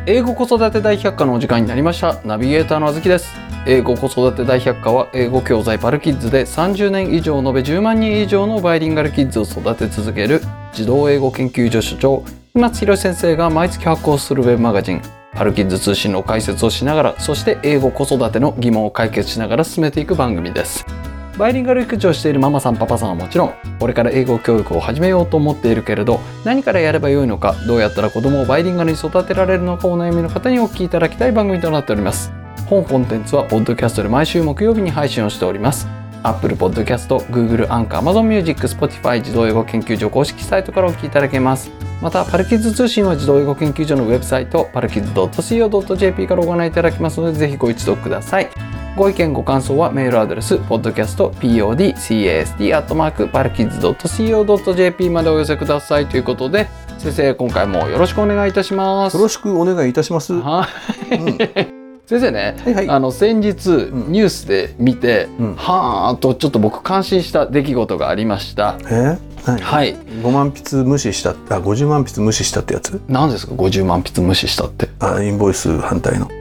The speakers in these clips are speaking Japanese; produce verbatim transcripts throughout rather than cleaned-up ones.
英語子育て大百科のお時間になりました。ナビゲーターのあずきです。英語子育て大百科は英語教材パルキッズでさんじゅうねん以上、延べじゅうまんにん以上のバイリンガルキッズを育て続ける児童英語研究所所長船津博史先生が毎月発行するウェブマガジンパルキッズ通信の解説をしながら、そして英語子育ての疑問を解決しながら進めていく番組です。バイリンガル育児をしているママさんパパさんはもちろん、これから英語教育を始めようと思っているけれど何からやればよいのか、どうやったら子供をバイリンガルに育てられるのかお悩みの方にお聞きいただきたい番組となっております。本コンテンツはポッドキャストで毎週木曜日に配信をしております。 Apple Podcast、Google、アンカー、Amazon Music、Spotify 児童英語研究所公式サイトからお聞きいただけます。またパルキッズ通信は児童英語研究所のウェブサイトパルキッズ ドットシーオー ドット ジェーピー からご覧いただけますので、ぜひご一読ください。ご意見ご感想はメールアドレス podcast ポッドキャスト アットマーク パルキッズ ドットシーオー ドット ジェーピー までお寄せくださいということで、先生今回もよろしくお願いいたします。 よろしくお願いいたします。 はい、うん、先生ね、はいはい、あの先日、うん、ニュースで見て、うん、はーっとちょっと僕感心した出来事がありました。 えー、 はい、 ごまん筆無視した、あごじゅうまん筆無視したってやつ。 何ですかごじゅうまん筆無視したって。 あインボイス反対の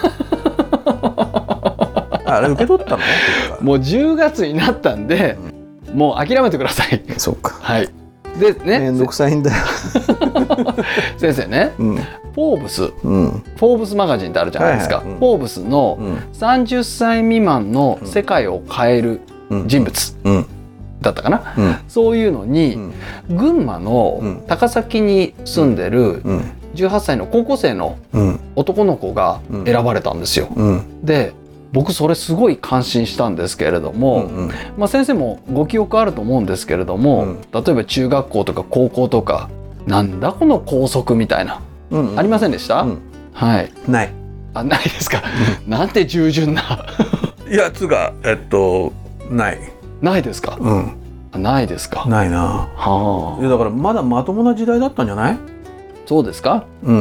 あれ受け取ったのもうじゅうがつになったんで、うん、もう諦めてください。 そうか。 はいでね、 めんどくさいんだよ先生ね、うん、フォーブス、うん、フォーブスマガジンってあるじゃないですか、はいはい、うん、フォーブスのさんじゅっさい未満の世界を変える人物だったかな、うんうん、そういうのに、うん、群馬の高崎に住んでるじゅうはっさいの高校生の男の子が選ばれたんですよ、うんうん、で僕それすごい感心したんですけれども、うんうん、まあ、先生もご記憶あると思うんですけれども、うん、例えば中学校とか高校とかなんだこの校則みたいな、うんうん、ありませんでした、うん、はい。 ないあないですかなんて従順なやつがえっとないないですか、うん、ないですか。 ないな、はあ、いやだからまだまともな時代だったんじゃない。 そうですか、 うん、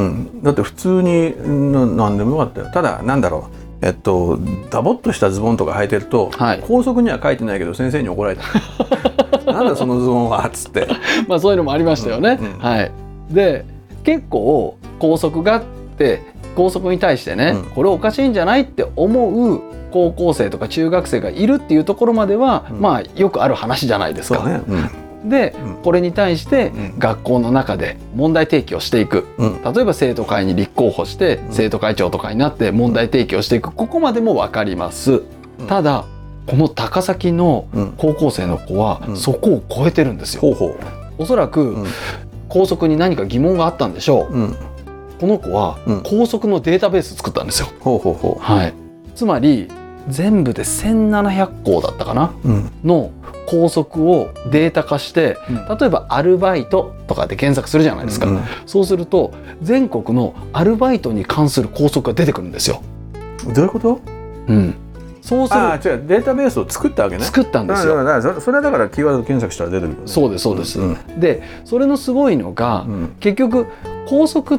だって普通に何でもよかったよ。ただなんだろうえっと、ダボっとしたズボンとか履いてると、はい、校則には書いてないけど先生に怒られたなんだそのズボンはっつってまあそういうのもありましたよね、うんうん、はい。で結構校則があって校則に対してね、うん、これおかしいんじゃないって思う高校生とか中学生がいるっていうところまでは、うん、まあよくある話じゃないですか。そうね、うんで、うん、これに対して学校の中で問題提起をしていく、うん、例えば生徒会に立候補して、うん、生徒会長とかになって問題提起をしていく、ここまでも分かります、うん、ただこの高崎の高校生の子はそこを超えてるんですよ、うん、ほうほう。おそらく、うん、校則に何か疑問があったんでしょう、うん、この子は校則のデータベース作ったんですよ、ほうほうほう、はい、つまり全部でせんななひゃくこうだったかな、うん、の校則をデータ化して、うん、例えばアルバイトとかで検索するじゃないですか、うんうん、そうすると全国のアルバイトに関する校則が出てくるんですよ。 どういうこと？ うん、そうするあ違うデータベースを作ったわけね。 作ったんですよ。 だからだからそれはだからキーワード検索したら出てくる、ね、 そうですそうです、うんうん、でそれのすごいのが、うん、結局校則って、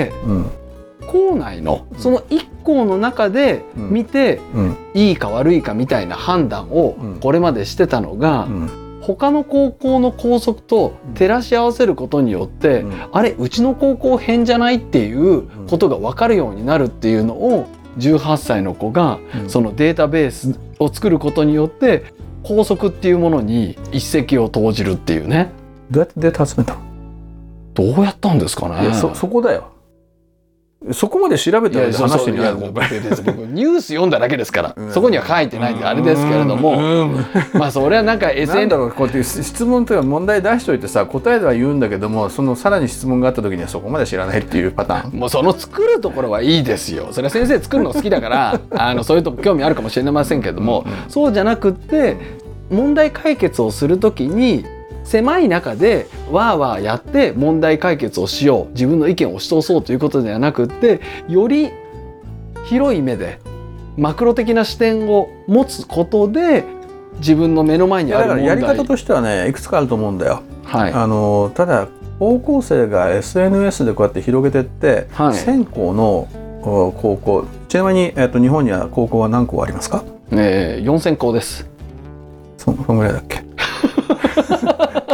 うん校内のそのいっ校の中で見て、うん、いいか悪いかみたいな判断をこれまでしてたのが、うん、他の高校の校則と照らし合わせることによって、うん、あれうちの高校変じゃないっていうことが分かるようになるっていうのをじゅうはっさいの子がそのデータベースを作ることによって校則っていうものに一石を投じるっていうね。 どうやってデータ集めたの？ どうやったんですかね。 いや そ, そこだよ。そこまで調べたら話してみない。僕ニュース読んだだけですから、うん、そこには書いてないんであれですけれども、うん、まあそれはなんか エスエヌなんだろうこうやって質問というか問題出しといてさ答えでは言うんだけどもそのさらに質問があった時にはそこまで知らないっていうパターン。 もうその作るところはいいですよ。それは先生作るの好きだからあのそういうとこ興味あるかもしれませんけども、うんうん、そうじゃなくって問題解決をするときに狭い中でわーわーやって問題解決をしよう自分の意見を押し通そうということではなくってより広い目でマクロ的な視点を持つことで自分の目の前にある問題。 だからやり方としてはねいくつかあると思うんだよ、 はい、 あのただ高校生が エスエヌエス でこうやって広げてって、はい、せん校の高校ちなみに、えっと、日本には高校は何校ありますか？ えー、よんせん校です。 そのぐらいだっけ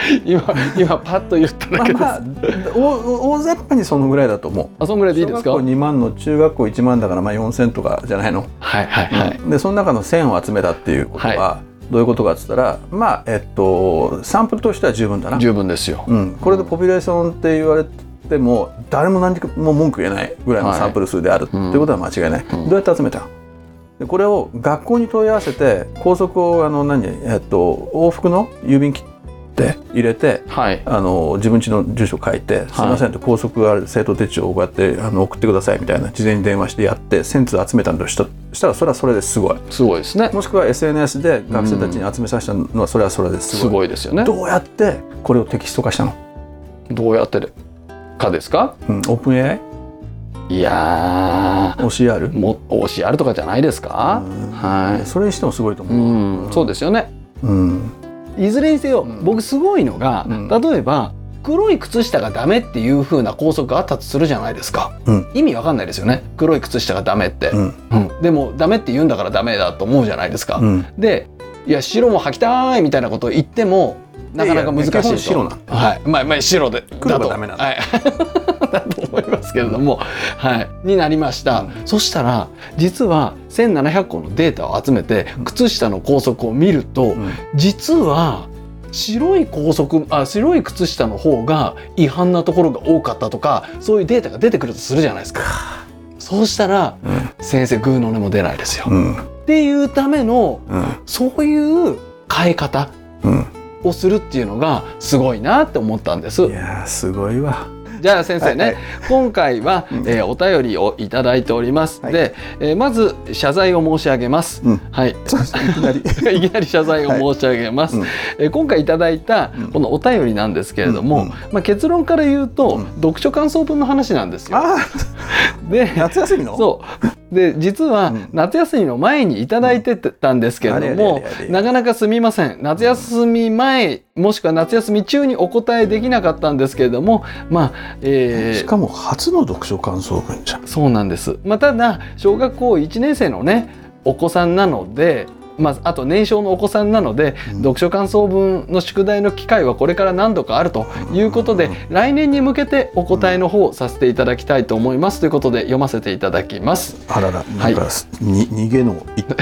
今今パッと言っただけです。まあまあ、 大, 大雑把にそのぐらいだと思う。 あ、そのぐらいでいいですか。 小学校にまんの中学校いちまんだからまあよんせんとかじゃないの。 はいはいはい。 うん、でその中のせんを集めたっていうことは、はい、どういうことかって言ったら、まあえっとサンプルとしては十分だな。 十分ですよ。 うん、これでポピュレーションって言われても誰も何も文句言えないぐらいのサンプル数である、はい、っていうことは間違いない。うん、どうやって集めたの？でこれを学校に問い合わせて校則をあの何、えっと、往復の郵便切って入れて、はい、あの自分家の住所書いて、はい、すみませんと校則がある生徒手帳をこうやってあの送ってくださいみたいな事前に電話してやってせんつう集めたんだとしたしたらそれはそれですごいすごいですね。 もしくは エスエヌエス で学生たちに集めさせたのはそれはそれですごい、 すごいですよね。 どうやってこれをテキスト化したの？ どうやってかですか？ うん、オープン エーアイ？ いやーオーシーアール？ も オーシーアール とかじゃないですか？はい、 それにしてもすごいと思う。 うん、そうですよね。うん、いずれにせよ、うん、僕すごいのが、うん、例えば黒い靴下がダメっていう風な校則があったとするじゃないですか、うん、意味わかんないですよね。黒い靴下がダメって、うんうん、でもダメって言うんだからダメだと思うじゃないですか、うん、でいや白も履きたいみたいなことを言ってもなかなか難しいと。いやいや白なんて、はい、まあまあ白で黒がダメなんだ、 はいだと思いますけれども、はい、になりました、うん、そしたら実はせんななひゃっこのデータを集めて靴下の校則を見ると、うん、実は白い校則あ白い靴下の方が違反なところが多かったとかそういうデータが出てくるとするじゃないですか。そうしたら、うん、先生グーの音も出ないですよ、うん、っていうための、うん、そういう変え方をするっていうのがすごいなって思ったんです。 いやすごいわ。 じゃあ先生ね、はいはい、今回は、えー、お便りをいただいております、はい、で、えー、まず謝罪を申し上げます、うん、はい、いきなりいきなり謝罪を申し上げます、はい、えー、今回いただいたこのお便りなんですけれども、うん、まあ、結論から言うと、うん、読書感想文の話なんですよ。あで夏休みのそうで実は夏休みの前にいただいてたんですけれども、なかなかすみません、夏休み前もしくは夏休み中にお答えできなかったんですけれども、まあ、えー、 しかも初の読書感想文じゃん。 そうなんです、まあ、ただ小学校いちねん生のねお子さんなので、まあ、あと年少のお子さんなので、うん、読書感想文の宿題の機会はこれから何度かあるということで、うん、来年に向けてお答えの方をさせていただきたいと思いますということで読ませていただきます。 あらら、なんか、はい、に逃げの一手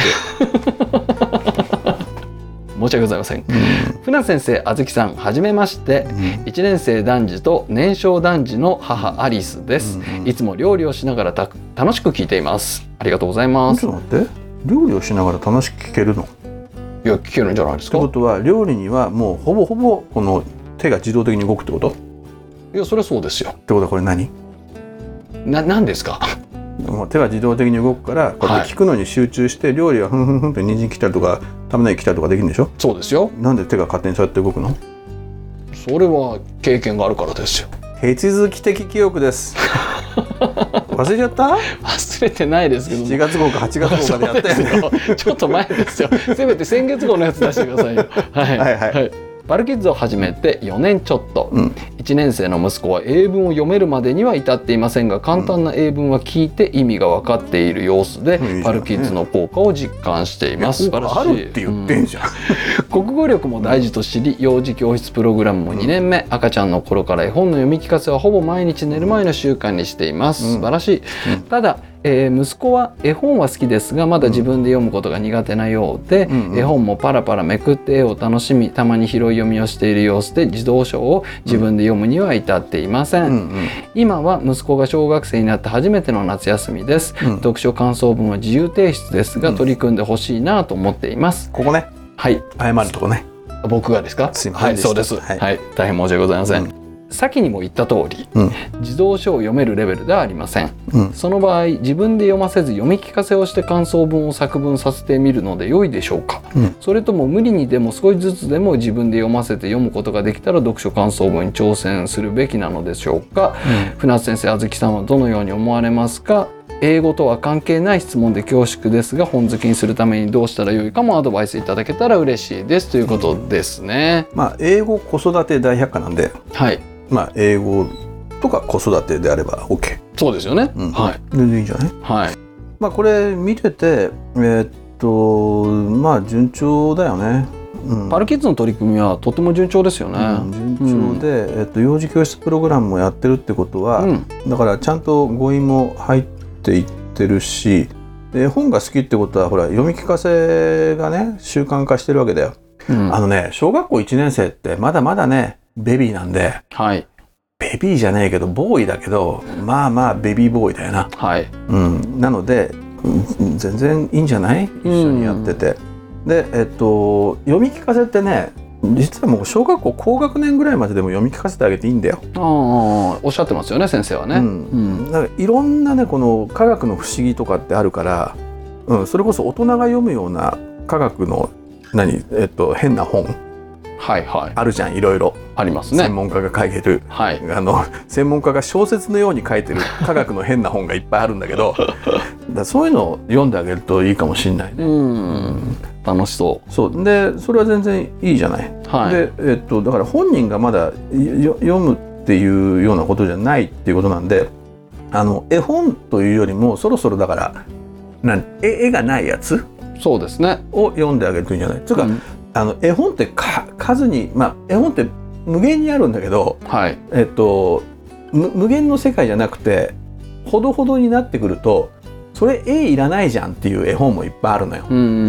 申し訳ございません、うん、船先生、あずきさん、はじめまして、うん、いちねん生男児と年少男児の母アリスです、うん、いつも料理をしながらた楽しく聞いています。ありがとうございます。 ちょっと待って、料理をしながら楽しく聞けるの？ いや、聞けるんじゃないですか。 ってことは料理にはもうほぼほぼこの手が自動的に動くってこと？ いや、それはそうですよ。 ってことはこれ何？ な、何ですか？ もう手が自動的に動くからこうやって聞くのに集中して、はい、料理はふんふんふんって人参切ったりとか玉ねぎ切ったりとかできるんでしょ？そうですよ。なんで手が勝手にそうやって動くの？ それは経験があるからですよ。 手続き的記憶です忘れちゃった？ 忘れてないですけど、 しちがつ号かはちがつ号までやったよちょっと前ですよ。せめて先月号のやつ出してくださいよはい、はいはいはい、パルキッズを始めてよねんちょっと、うん、いちねん生の息子は英文を読めるまでには至っていませんが、簡単な英文は聞いて意味が分かっている様子で、うん、パルキッズの効果を実感しています。素晴らしい。 あるって言ってんじゃん、 うん、国語力も大事と知り、幼児教室プログラムもにねんめ、うん、赤ちゃんの頃から絵本の読み聞かせはほぼ毎日寝る前の習慣にしています、うん、素晴らしい、うん、ただえー、息子は絵本は好きですがまだ自分で読むことが苦手なようで、うんうん、絵本もパラパラめくって絵を楽しみ、たまに拾い読みをしている様子で児童書を自分で読むには至っていません、うんうん、今は息子が小学生になって初めての夏休みです、うん、読書感想文は自由提出ですが、うん、取り組んでほしいなと思っています。 ここね、 はい、 謝るとこね。 僕がですか？ すいませんでした。 はい、そうです、 はいはい、大変申し訳ございません、うん。先にも言った通り、うん、児童書を読めるレベルではありません、うん、その場合自分で読ませず読み聞かせをして感想文を作文させてみるので良いでしょうか、うん、それとも無理にでも少しずつでも自分で読ませて読むことができたら読書感想文に挑戦するべきなのでしょうか、うん、船津先生、あずきさんはどのように思われますか？英語とは関係ない質問で恐縮ですが本好きにするためにどうしたらよいかもアドバイスいただけたら嬉しいですということですね、 うん、まあ英語子育て大百科なんで、はい、まあ英語とか子育てであれば OK。 そうですよね、うん、はい、 全然いいんじゃない？はい、まあこれ見ててえー、っとまあ順調だよね。 うん、パルキッズの取り組みはとても順調ですよね、 うん、順調で、うん、えっと、幼児教室プログラムもやってるってことは、うん、だからちゃんと語彙も入っていってるし、で本が好きってことはほら読み聞かせがね習慣化してるわけだよ、うん、あのね小学校いちねん生ってまだまだねベビーなんで、はい、ベビーじゃねえけどボーイだけどまあまあベビーボーイだよな、はい、うん、なので全然いいんじゃない一緒にやってて、うん、で、えっと、読み聞かせってね実はもう小学校高学年ぐらいまででも読み聞かせてあげていいんだよ。 ああおっしゃってますよね先生はね、うんうん、だからいろんなねこの科学の不思議とかってあるから、うん、それこそ大人が読むような科学の何、えっと、変な本、はいはい、あるじゃんいろいろありますね。 専門家が書いてる、はい、あの専門家が小説のように書いてる科学の変な本がいっぱいあるんだけどだそういうのを読んであげるといいかもしれないね。うん、うん、 楽しそう。 そうでそれは全然いいじゃない、はい、で、えっと、だから本人がまだ読むっていうようなことじゃないっていうことなんで、あの絵本というよりもそろそろだからなん絵がないやつそうですねを読んであげるといいんじゃない。つうか、うん、あの絵本ってか数に、まあ、絵本って無限にあるんだけど、はい、えっと、無限の世界じゃなくてほどほどになってくるとそれ絵いらないじゃんっていう絵本もいっぱいあるのよ。うんうんうん、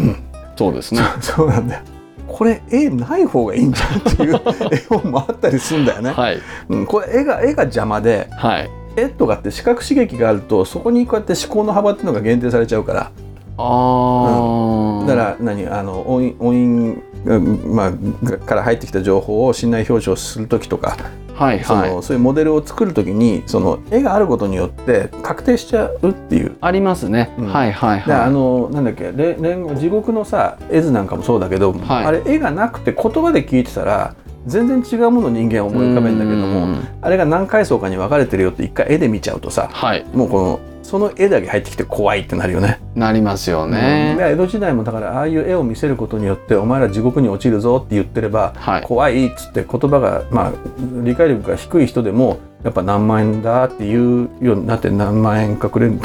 そうですねそうなんだよ。これ絵ない方がいいんじゃんっていう絵本もあったりするんだよね、はいうん、これ絵が絵が邪魔で、はい、絵とかって視覚刺激があるとそこにこうやって思考の幅っていうのが限定されちゃうから、あ、うん、だから何あの音韻、音韻、まあ、から入ってきた情報を信頼表彰する時とか、はいはい、そのそういうモデルを作る時にその絵があることによって確定しちゃうっていうありますね、うん、はいはいはい。 あのなんだっけ連合地獄のさ絵図なんかもそうだけど、はい、あれ絵がなくて言葉で聞いてたら全然違うものを人間は思い浮かべるんだけども、あれが何階層かに分かれてるよって一回絵で見ちゃうとさ、はい、もうこのその絵だけ入ってきて怖いってなるよね。 なりますよね、 うん、で江戸時代もだからああいう絵を見せることによってお前ら地獄に落ちるぞって言ってれば、はい、怖いっつって言葉が、まあ、理解力が低い人でもやっぱ何万円だっていうようになって何万円かくれる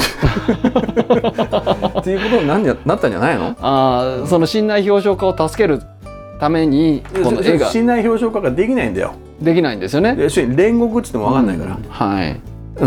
っていうことに な, んじゃなったんじゃないの。 あその信頼表彰化を助けるためにこの絵が信頼表彰化ができないんだよ。 できないんですよね。 要するに煉獄っつっても分かんないから、うん、はいうん、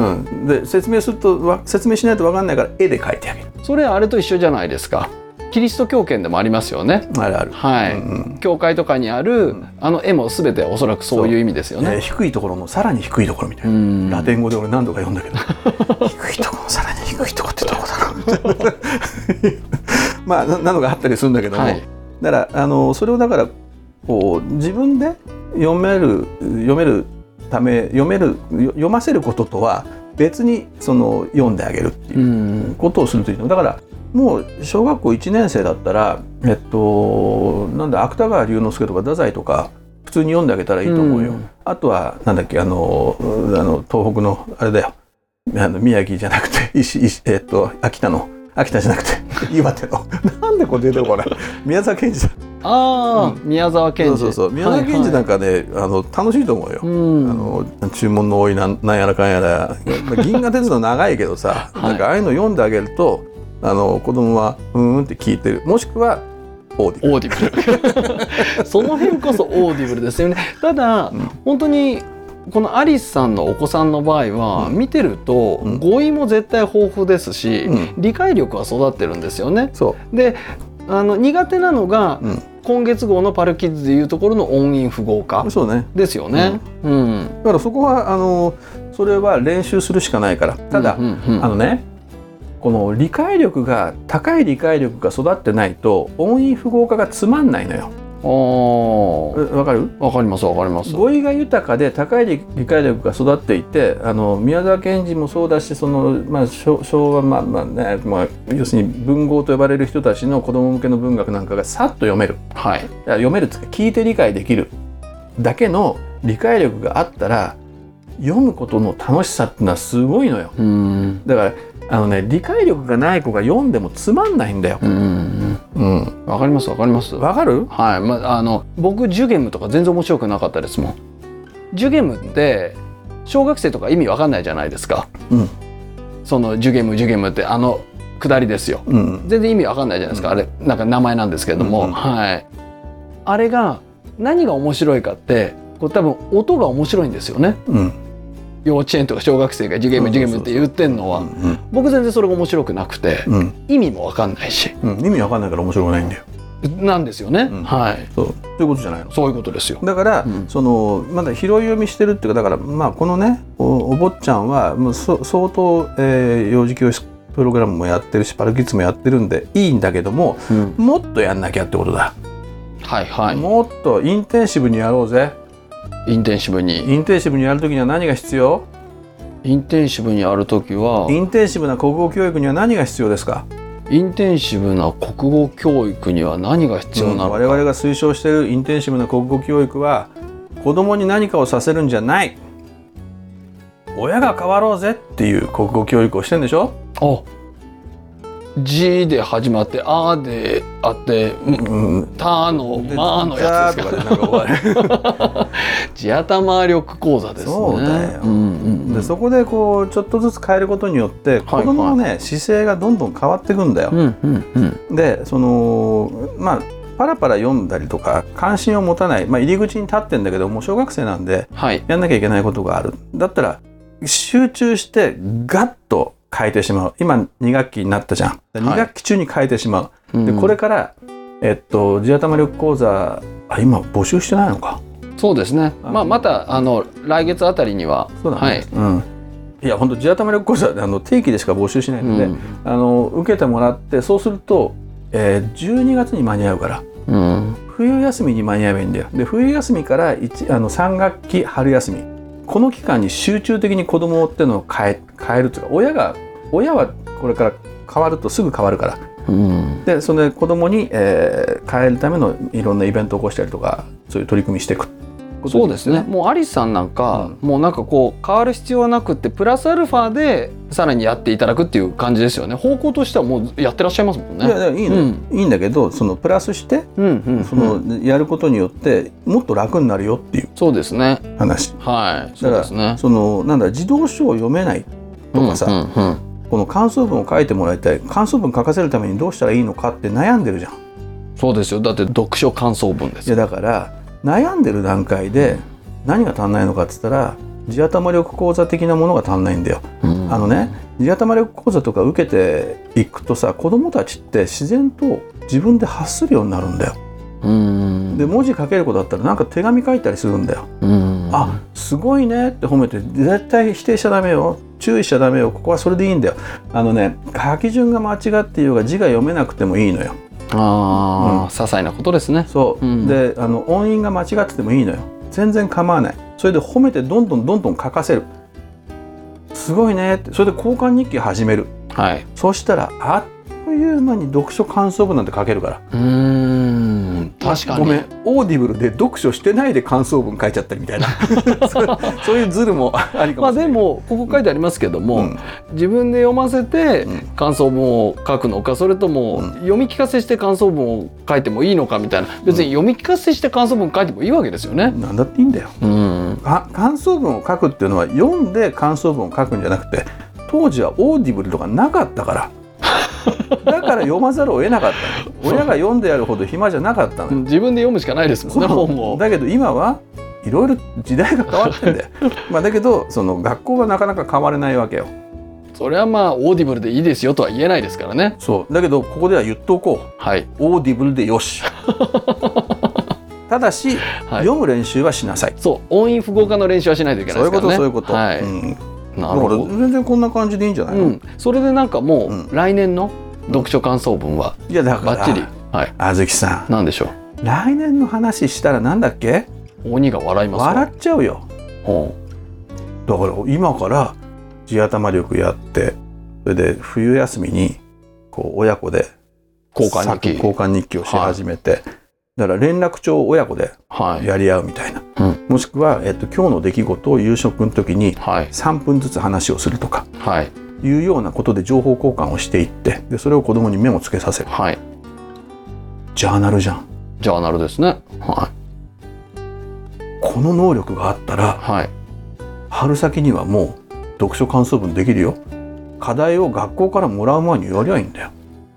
で説明すると説明しないと分かんないから絵で描いてあげる。 それはあれと一緒じゃないですか。キリスト教圏でもありますよね。 あるある、 はい、うんうん、教会とかにある、うん、あの絵も全ておそらくそういう意味ですよね。 えー、低いところのさらに低いところみたいな。ラテン語で俺何度か読んだけど低いところのさらに低いところってどこだろうまあなのがあったりするんだけども、はい、だからあのそれをだからこう自分で読める読めるため読める読ませることとは別にその読んであげるっていうことをするというのだからもう小学校いちねん生だったらえっとなんだ芥川龍之介とか太宰とか普通に読んであげたらいいと思うよ。あとはなんだっけあのあの東北のあれだよあの宮城じゃなくて石石えっと秋田の秋田じゃなくて岩手のなんでこれ出てこない宮沢賢治さん。 ああ、うん、宮沢賢治。 そうそうそう宮沢賢治なんかね、はいはい、あの楽しいと思うよ。うん、あの注文の多いなんなんやらかんやら銀河鉄道長いけどさ、はい、なんかああいうの読んであげるとあの子供はうーんって聞いてるもしくはオーディブル。 オーディブルその辺こそオーディブルですよね。ただ、うん、本当にこのアリスさんのお子さんの場合は、うん、見てると、うん、語彙も絶対豊富ですし、うん、理解力は育ってるんですよね。そうであの苦手なのが、うん、今月号のパルキッズでいうところの音韻符号化ですよね。うんうん、 だからそこはあのそれは練習するしかないから。ただ、うんうんうん、あのねこの理解力が高い理解力が育ってないと音韻符号化がつまんないのよ。わかる？ わかりますわかります。 語彙が豊かで高い理解力が育っていてあの宮沢賢治もそうだしその、まあ、昭和、まあまあねまあ、要するに文豪と呼ばれる人たちの子供向けの文学なんかがさっと読める、はい、読めるっていうか聞いて理解できるだけの理解力があったら読むことの楽しさってのはすごいのよ。うんだからあのね理解力がない子が読んでもつまんないんだよ。うんうん、わかりますわかります。 わかる？ はい、まあ、あの僕ジュゲムとか全然面白くなかったですもん。ジュゲムって小学生とか意味わかんないじゃないですか。うん、そのジュゲムジュゲムってあの下りですよ。うん、全然意味わかんないじゃないですか。うん、あれなんか名前なんですけれども、うんうん、はい。 あれが何が面白いかってこう多分音が面白いんですよね、うん、幼稚園とか小学生がジュゲムジュゲムって言ってんのは僕全然それが面白くなくて、うん、意味も分かんないし、 うん、意味分かんないから面白くないんだよなんですよね、うん、はいそうそういうことじゃないの。 そういうことですよ。 だから、うん、そのまだ拾い読みしてるっていうかだからまあこのね お, お坊ちゃんはもうそ相当、えー、幼児教育プログラムもやってるしパルキッズもやってるんでいいんだけども、うん、もっとやんなきゃってことだ。 はいはい。 もっとインテンシブにやろうぜ。 インテンシブにインテンシブにやるときには何が必要？ インテンシブにやるときはインテンシブな国語教育には何が必要ですか？ インテンシブな国語教育には何が必要なのか、うん、 我々が推奨しているインテンシブな国語教育は子供に何かをさせるんじゃない、親が変わろうぜっていう国語教育をしてるんでしょ。 あ、G で始まってあであってうん、たのまのやつですか。地頭力講座ですね。 そうだよ、うんうんうん、でそこでこうちょっとずつ変えることによって子供のね、はいはい、姿勢がどんどん変わっていくんだよ、うんうんうん、でそのまあパラパラ読んだりとか関心を持たない、まあ、入り口に立ってんだけどもう小学生なんで、はい、やんなきゃいけないことがある。だったら集中してガッと変えてしまう。今に学期になったじゃん。に学期中に変えてしまう、はい、でこれから、えっと、地頭力講座あ今募集してないのか。 そうですね、まあ、またあの来月あたりにはそうだね、はい、うん、いや本当地頭力講座あの定期でしか募集しないので、うん、あの受けてもらってそうすると、えー、じゅうにがつに間に合うから、うん、冬休みに間に合えばいいんだよ。で冬休みからいちあのさん学期春休みこの期間に集中的に子供っていうのを変え、変えるというか親が親はこれから変わるとすぐ変わるから、うん、でそれで子供に、えー、変えるためのいろんなイベントを起こしたりとかそういう取り組みしていく。 そうですね。もうアリスさんなんか、うん、もうなんかこう変わる必要はなくってプラスアルファでさらにやっていただくっていう感じですよね。方向としてはもうやってらっしゃいますもんね。 いやいやいいの、うん、いいんだけどそのプラスして、うんうんうん、そのやることによってもっと楽になるよっていうそうですね話。 はい。 そうですね。だからそのなんだ児童書を読めないとかさ、うんうんうん、この感想文を書いてもらいたい感想文書かせるためにどうしたらいいのかって悩んでるじゃん。 そうですよ。だって読書感想文です。 いやだから悩んでる段階で何が足んないのかって言ったら地頭力講座的なものが足んないんだよ、うん、あのね地頭力講座とか受けていくとさ子どもたちって自然と自分で発するようになるんだよ、うん、で文字書ける子だったらなんか手紙書いたりするんだよ、うん、あすごいねって褒めて絶対否定しちゃダメよ注意しちゃダメよここはそれでいいんだよ。あのね書き順が間違っていようが字が読めなくてもいいのよ。 あ、うん、些細なことですね。 そう、うん、であの音韻が間違っててもいいのよ。全然構わない。それで褒めてどんどんどんどん書かせる。すごいねってそれで交換日記始める、はい、そうしたらあっという間に読書感想文なんて書けるから。うーん確かにごめんオーディブルで読書してないで感想文書いちゃったりみたいなそうそういうズルもありかもしれない。まあでもここ書いてありますけども、うん、自分で読ませて感想文を書くのかそれとも読み聞かせして感想文を書いてもいいのかみたいな。別に読み聞かせして感想文書いてもいいわけですよね。 なんだっていいんだよ、うん、あ感想文を書くっていうのは読んで感想文を書くんじゃなくて当時はオーディブルとかなかったからだから読まざるを得なかったの。親が読んでやるほど暇じゃなかったの。 自分で読むしかないですもんね本を。 だけど今はいろいろ時代が変わってんだよまあだけどその学校がなかなか変われないわけよ。 それはまあオーディブルでいいですよとは言えないですからね。 そうだけどここでは言っておこう、はい、オーディブルでよしただし、はい、読む練習はしなさい。 そう音韻符号化の練習はしないといけないですからね。 そういうことそういうこと、はい、うんなるほど。全然こんな感じでいいんじゃないの、うん、 それでなんかもう来年の読書感想文はバッチリ、はい、 あずきさんなんでしょう来年の話したらなんだっけ鬼が笑います。 笑っちゃうよ。ほうだから今から地頭力やってそれで冬休みにこう親子で交換日記交換日記をし始めて、はい、だから連絡帳を親子でやり合うみたいな、はい、もしくは、えっと、今日の出来事を夕食の時にさんぷんずつ話をするとか、はい、いうようなことで情報交換をしていってでそれを子供に目をつけさせる、はい、ジャーナルじゃん。 ジャーナルですね、はい、 この能力があったら、はい、春先にはもう読書感想文できるよ。課題を学校からもらう前にやりゃいいんだよ。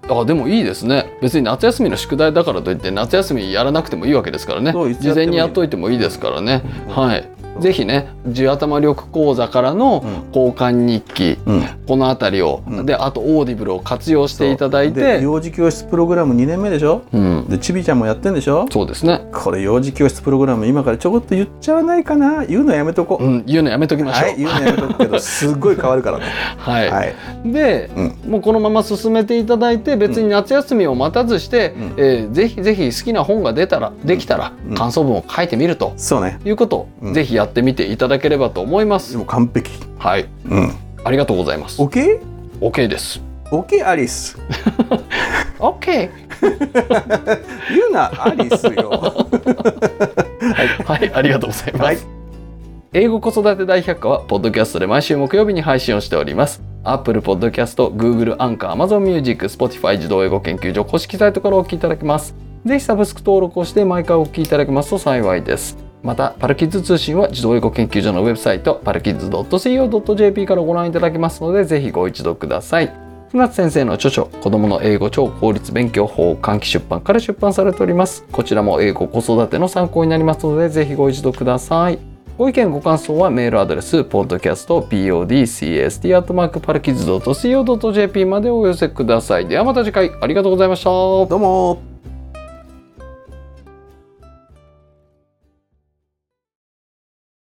あ、でもいいですね。別に夏休みの宿題だからといって夏休みやらなくてもいいわけですからね。事前にやっといてもいいですからね。うん、はい。ぜひね、地頭力講座からの交換日記、うん、このあたりを、うん、であとオーディブルを活用していただいて、 で幼児教室プログラムにねんめでしょ、うん、でちびちゃんもやってんでしょ。 そうですね。 これ幼児教室プログラム今からちょこっと言っちゃわないかな。言うのやめとこう、 うん、言うのやめときましょう。 はい、言うのやめとくけどすっごい変わるからねはい、はい、で、うん、もうこのまま進めていただいて別に夏休みを待たずして、うん、えー、ぜひぜひ好きな本が出たらできたら感想文を書いてみると、 そうね、 いうことを、うん、ぜひやってみていただければと思います。 でも完璧。 はい、うん、ありがとうございます。 OK？ OK です。 OK アリス OK 言うなアリスよはい、はい、ありがとうございます、はい、英語子育て大百科はポッドキャストで毎週木曜日に配信をしております。 Apple Podcast、Google、アンカー、Amazon Music、Spotify 児童英語研究所公式サイトからお聞きいただけます。ぜひサブスク登録をして毎回お聞きいただけますと幸いです。またパルキッズ通信は児童英語研究所のウェブサイトパルキッズ ドットシーオー ドット ジェーピー からご覧いただけますのでぜひご一読ください。船津先生の著書子どもの英語超効率勉強法換気出版から出版されております。こちらも英語子育ての参考になりますのでぜひご一読ください。ご意見ご感想はメールアドレス ポッドキャスト ポッドキャスト アットマーク パルキッズ ドット シーオー ドット ジェーピー までお寄せください。ではまた次回ありがとうございました。 どうも。